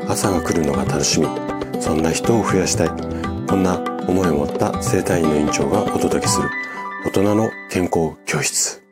朝が来るのが楽しみ、そんな人を増やしたい、こんな思いを持った整体院の院長がお届けする大人の健康教室。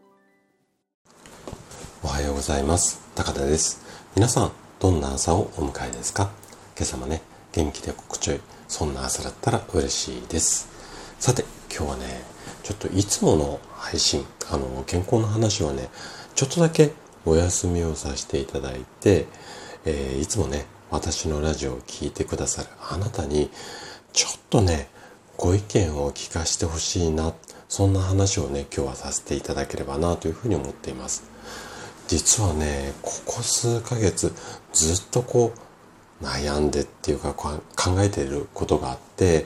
おはようございます。高田です。皆さんどんな朝をお迎えですか？今朝もね、元気で心地よい、そんな朝だったら嬉しいです。さて、今日はね、ちょっといつもの配信、健康の話はね、ちょっとだけお休みをさせていただいて、いつもね、私のラジオを聞いてくださるあなたにちょっとね、ご意見を聞かせてほしいな、そんな話をね、今日はさせていただければなというふうに思っています。実はね、ここ数ヶ月ずっと悩んでっていうか考えていることがあって、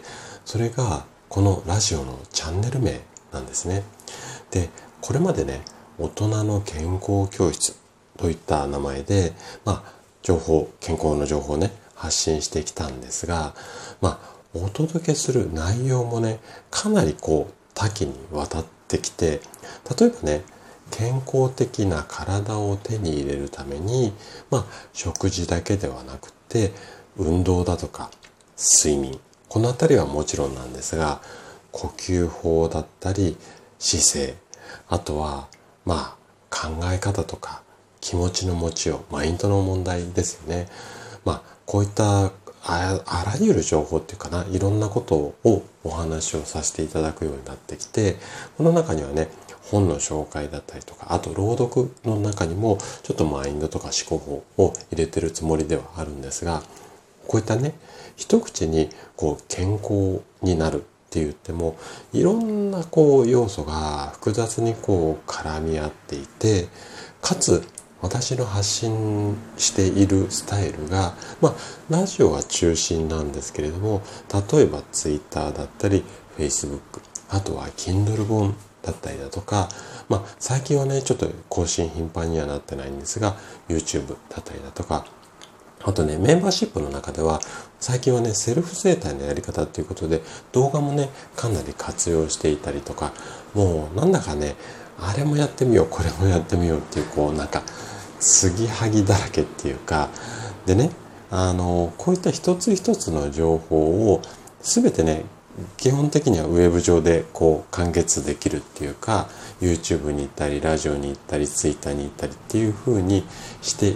それがこのラジオのチャンネル名なんですね。で、これまでね、大人の健康教室といった名前で、健康の情報をね、発信してきたんですが、お届けする内容もね、かなり多岐にわたってきて、例えばね、健康的な体を手に入れるために、食事だけではなくて、運動だとか睡眠、このあたりはもちろんなんですが、呼吸法だったり姿勢、あとは考え方とか気持ちの持ちよう、マインドの問題ですよね。こういったあらゆる情報っていうかな、いろんなことをお話をさせていただくようになってきて、この中にはね、本の紹介だったりとか、あと朗読の中にもちょっとマインドとか思考法を入れてるつもりではあるんですが、こういったね、一口に健康になるって言っても、いろんな要素が複雑に絡み合っていて、かつ私の発信しているスタイルが、ラジオが中心なんですけれども、例えば Twitter だったり Facebook、 あとは Kindle 本だったりだとか、最近はね、ちょっと更新頻繁にはなってないんですが、 YouTube だったりだとか、あとね、メンバーシップの中では最近はね、セルフ整体のやり方っていうことで動画もね、かなり活用していたりとか、もうなんだかね、あれもやってみよう、これもやってみようっていう継ぎはぎだらけっていうかでね、こういった一つ一つの情報を全てね、基本的にはウェブ上で完結できるっていうか、 YouTube に行ったりラジオに行ったり Twitter に行ったりっていう風にして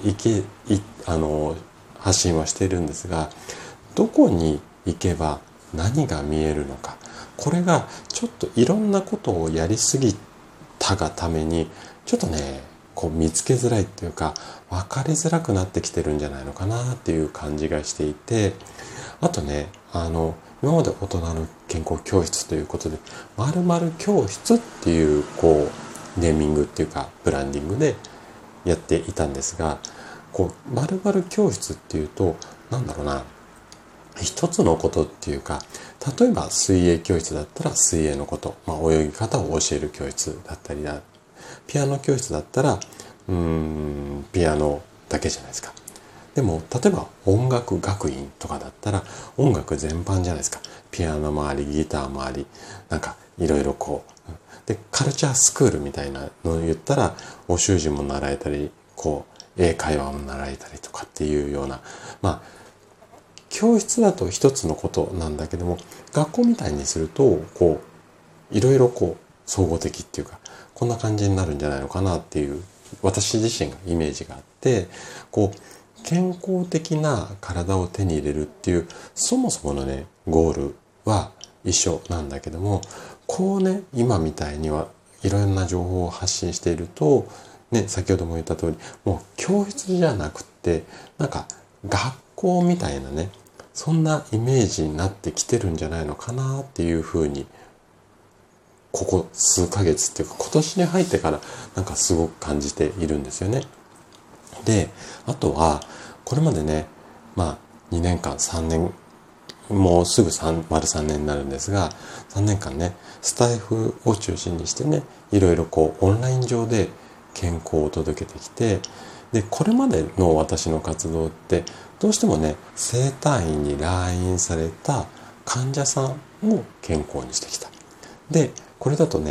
発信はしているんですが、どこに行けば何が見えるのか、これがちょっといろんなことをやりすぎたがために、ちょっとね、見つけづらいっていうか、分かりづらくなってきてるんじゃないのかなっていう感じがしていて、あとね、今まで大人の健康教室ということで、〇〇教室っていうネーミングっていうかブランディングでやっていたんですが、〇〇教室っていうと、一つのことっていうか、例えば水泳教室だったら水泳のこと、泳ぎ方を教える教室だったりだ、ピアノ教室だったらピアノだけじゃないですか。でも例えば音楽学院とかだったら音楽全般じゃないですか。ピアノ周り、ギター周り、いろいろで、カルチャースクールみたいなのを言ったら、お習字も習えたり、英会話も習えたりとかっていうような、教室だと一つのことなんだけども、学校みたいにするといろいろ総合的っていうか、こんな感じになるんじゃないのかなっていう、私自身がイメージがあって、健康的な体を手に入れるっていうそもそものね、ゴールは一緒なんだけども、今みたいにはいろんな情報を発信しているとね、先ほども言った通り、もう教室じゃなくって学校みたいなね、そんなイメージになってきてるんじゃないのかなっていうふうに、ここ数ヶ月っていうか今年に入ってからすごく感じているんですよね。で、あとはこれまでね、2年間3年、もうすぐ丸3年になるんですが、3年間ね、スタイフを中心にしてね、いろいろオンライン上で健康を届けてきて、で、これまでの私の活動ってどうしてもね、整体院に来院された患者さんを健康にしてきた。で、これだとね、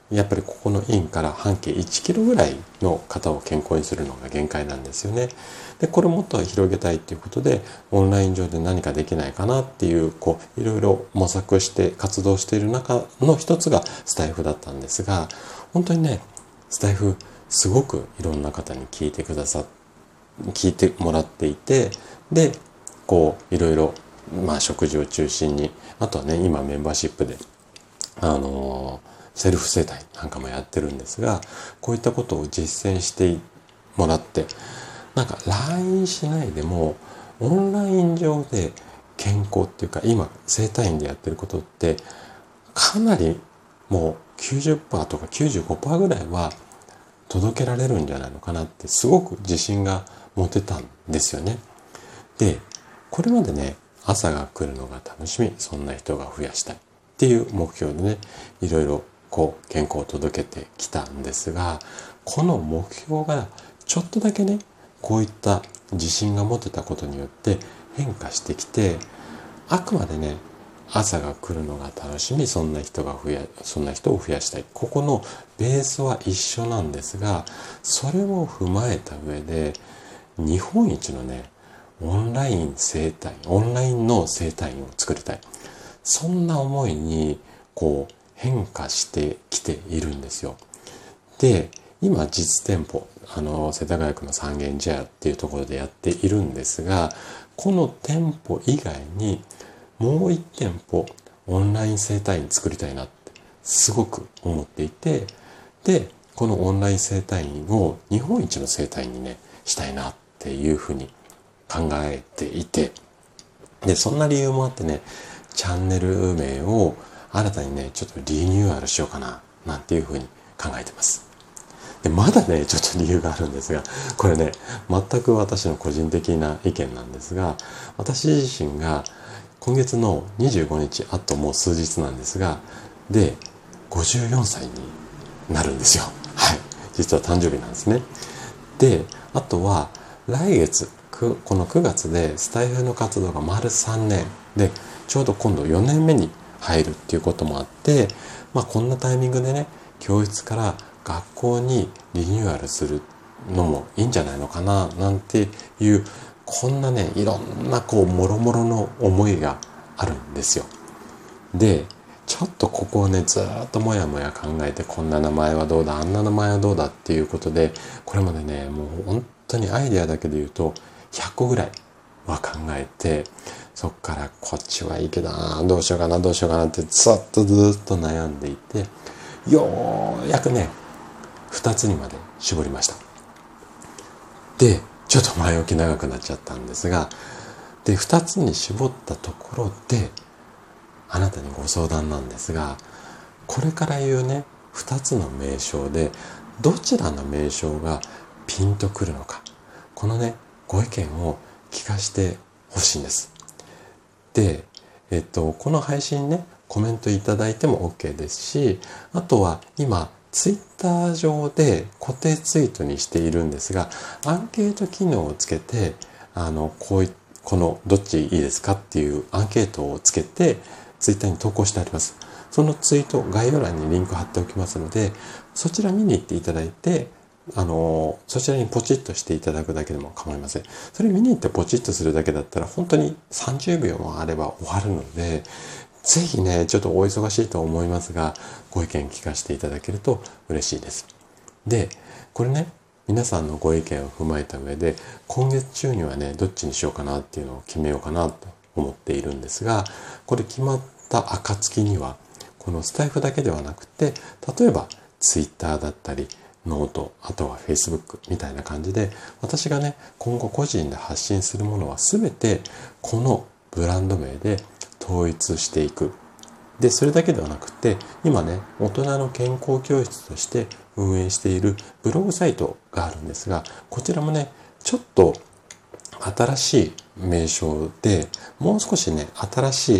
やっぱりここの院から半径1キロぐらいの方を健康にするのが限界なんですよね。で、これをもっと広げたいっていうことで、オンライン上で何かできないかなっていう、いろいろ模索して活動している中の一つがスタイフだったんですが、本当にね、スタイフすごくいろんな方に聞いてもらっていて、で、いろいろ、食事を中心に、あとはね、今メンバーシップで、セルフ整体なんかもやってるんですが、こういったことを実践してもらって、なんか LINE しないでもオンライン上で健康っていうか、今整体院でやってることってかなりもう 90% とか 95% ぐらいは届けられるんじゃないのかなってすごく自信が持てたんですよね。で、これまでね、朝が来るのが楽しみ、そんな人が増やしたいっていう目標でね、いろいろ健康を届けてきたんですが、この目標がちょっとだけね、こういった自信が持てたことによって変化してきて、あくまでね、朝が来るのが楽しみ、そんな人を増やしたい。ここのベースは一緒なんですが、それを踏まえた上で、日本一のね、オンラインの整体院を作りたい。そんな思いに、変化してきているんですよ。で、今実店舗、世田谷区の三軒茶屋っていうところでやっているんですが、この店舗以外にもう一店舗オンライン整体院作りたいなってすごく思っていて、で、このオンライン整体院を日本一の整体院にね、したいなっていうふうに考えていて、で、そんな理由もあってね、チャンネル名を新たにね、ちょっとリニューアルしようかな、なんていうふうに考えてます。で、まだね、ちょっと理由があるんですが、これね、全く私の個人的な意見なんですが、私自身が今月の25日、あともう数日なんですが、で、54歳になるんですよ。はい。実は誕生日なんですね。で、あとは来月、この9月でスタイフの活動が丸3年で、ちょうど今度4年目に入るっていうこともあって、こんなタイミングでね、教室から学校にリニューアルするのもいいんじゃないのかな、なんていう、こんなね、いろんなもろもろの思いがあるんですよ。で、ちょっとここをね、ずっともやもや考えて、こんな名前はどうだ、あんな名前はどうだっていうことで、これまでね、もう本当にアイデアだけで言うと、100個ぐらいは考えて、そっからこっちはいいけどな、どうしようかなってずっと悩んでいて、ようやくね、2つにまで絞りました。で、ちょっと前置き長くなっちゃったんですが、で、2つに絞ったところで、あなたにご相談なんですが、これから言うね、2つの名称で、どちらの名称がピンとくるのか、このね、ご意見を聞かせてほしいんです。で、この配信ね、コメントいただいても OK ですし、あとは今、ツイッター上で固定ツイートにしているんですが、アンケート機能をつけて、このどっちいいですかっていうアンケートをつけて、ツイッターに投稿してあります。そのツイート、概要欄にリンク貼っておきますので、そちら見に行っていただいて、そちらにポチッとしていただくだけでも構いません。それ見に行ってポチッとするだけだったら、本当に30秒もあれば終わるので、ぜひね、ちょっとお忙しいと思いますが、ご意見聞かせていただけると嬉しいです。で、これね、皆さんのご意見を踏まえた上で、今月中にはね、どっちにしようかなっていうのを決めようかなと思っているんですが、これ決まった暁には、このスタイフだけではなくて、例えばツイッターだったり、ノート、あとは Facebook みたいな感じで、私がね、今後個人で発信するものは全てこのブランド名で統一していく。で、それだけではなくて、今ね、大人の健康教室として運営しているブログサイトがあるんですが、こちらもね、ちょっと新しい名称で、もう少しね、新しい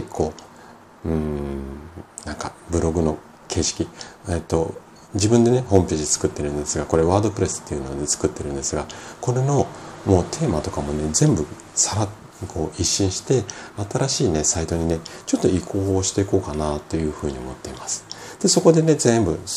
なんかブログの形式、自分でね、ホームページ作ってるんですが、これワードプレスっていうので作ってるんですが、これのもうテーマとかもね、全部さらっと一新して、新しいね、サイトにね、ちょっと移行をしていこうかなというふうに思っています。で、そこでね、全部その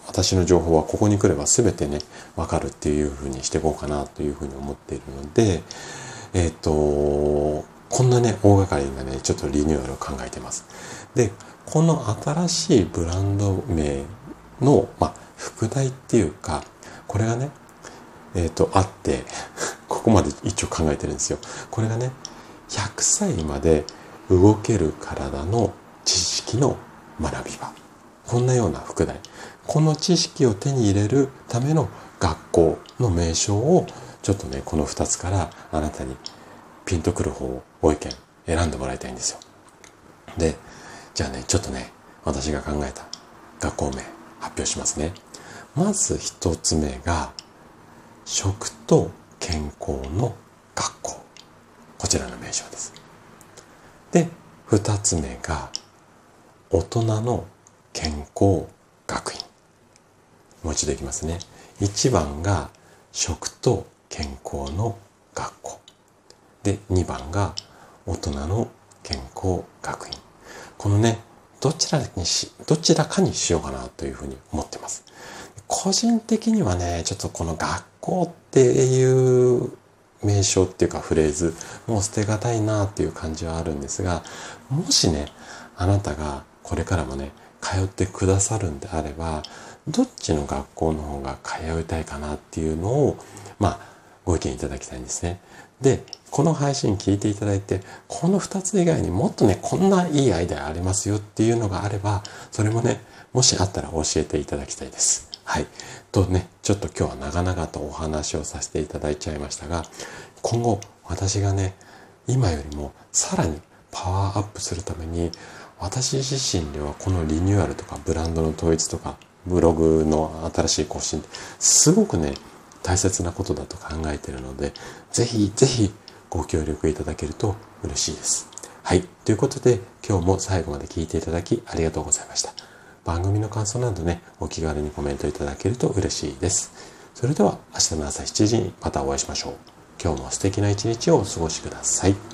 私の情報はここに来れば全てね、わかるっていう風にしていこうかなという風に思っているので、こんなね、大掛かりなね、ちょっとリニューアルを考えてます。で、この新しいブランド名の、副題っていうか、これがね、あって、ここまで一応考えてるんですよ。これがね、100歳まで動ける体の知識の学び場。こんなような副題。この知識を手に入れるための学校の名称を、ちょっとね、この2つからあなたにピンとくる方をご意見選んでもらいたいんですよ。で、じゃあね、ちょっとね、私が考えた学校名発表しますね。まず1つ目が、食と健康の学校。こちらの名称です。で、2つ目が、大人の健康学院。もう一度いきますね。1番が、食と健康の学校。で、2番が、大人の健康学院。このね、どちらかにしようかなというふうに思ってます。個人的にはね、ちょっとこの学校っていう名称っていうかフレーズ、もう捨てがたいなっていう感じはあるんですが、もしね、あなたがこれからもね、通ってくださるんであれば、どっちの学校の方が通いたいかなっていうのを、ご意見いただきたいんですね。で、この配信聞いていただいて、この2つ以外にもっとね、こんないいアイデアありますよっていうのがあれば、それもね、もしあったら教えていただきたいです。はい。とね、ちょっと今日は長々とお話をさせていただいちゃいましたが、今後私がね、今よりもさらにパワーアップするために、私自身ではこのリニューアルとかブランドの統一とかブログの新しい更新、すごくね、大切なことだと考えているので、ぜひぜひご協力いただけると嬉しいです。はい。ということで、今日も最後まで聞いていただきありがとうございました。番組の感想などね、お気軽にコメントいただけると嬉しいです。それでは明日の朝7時にまたお会いしましょう。今日も素敵な一日をお過ごしください。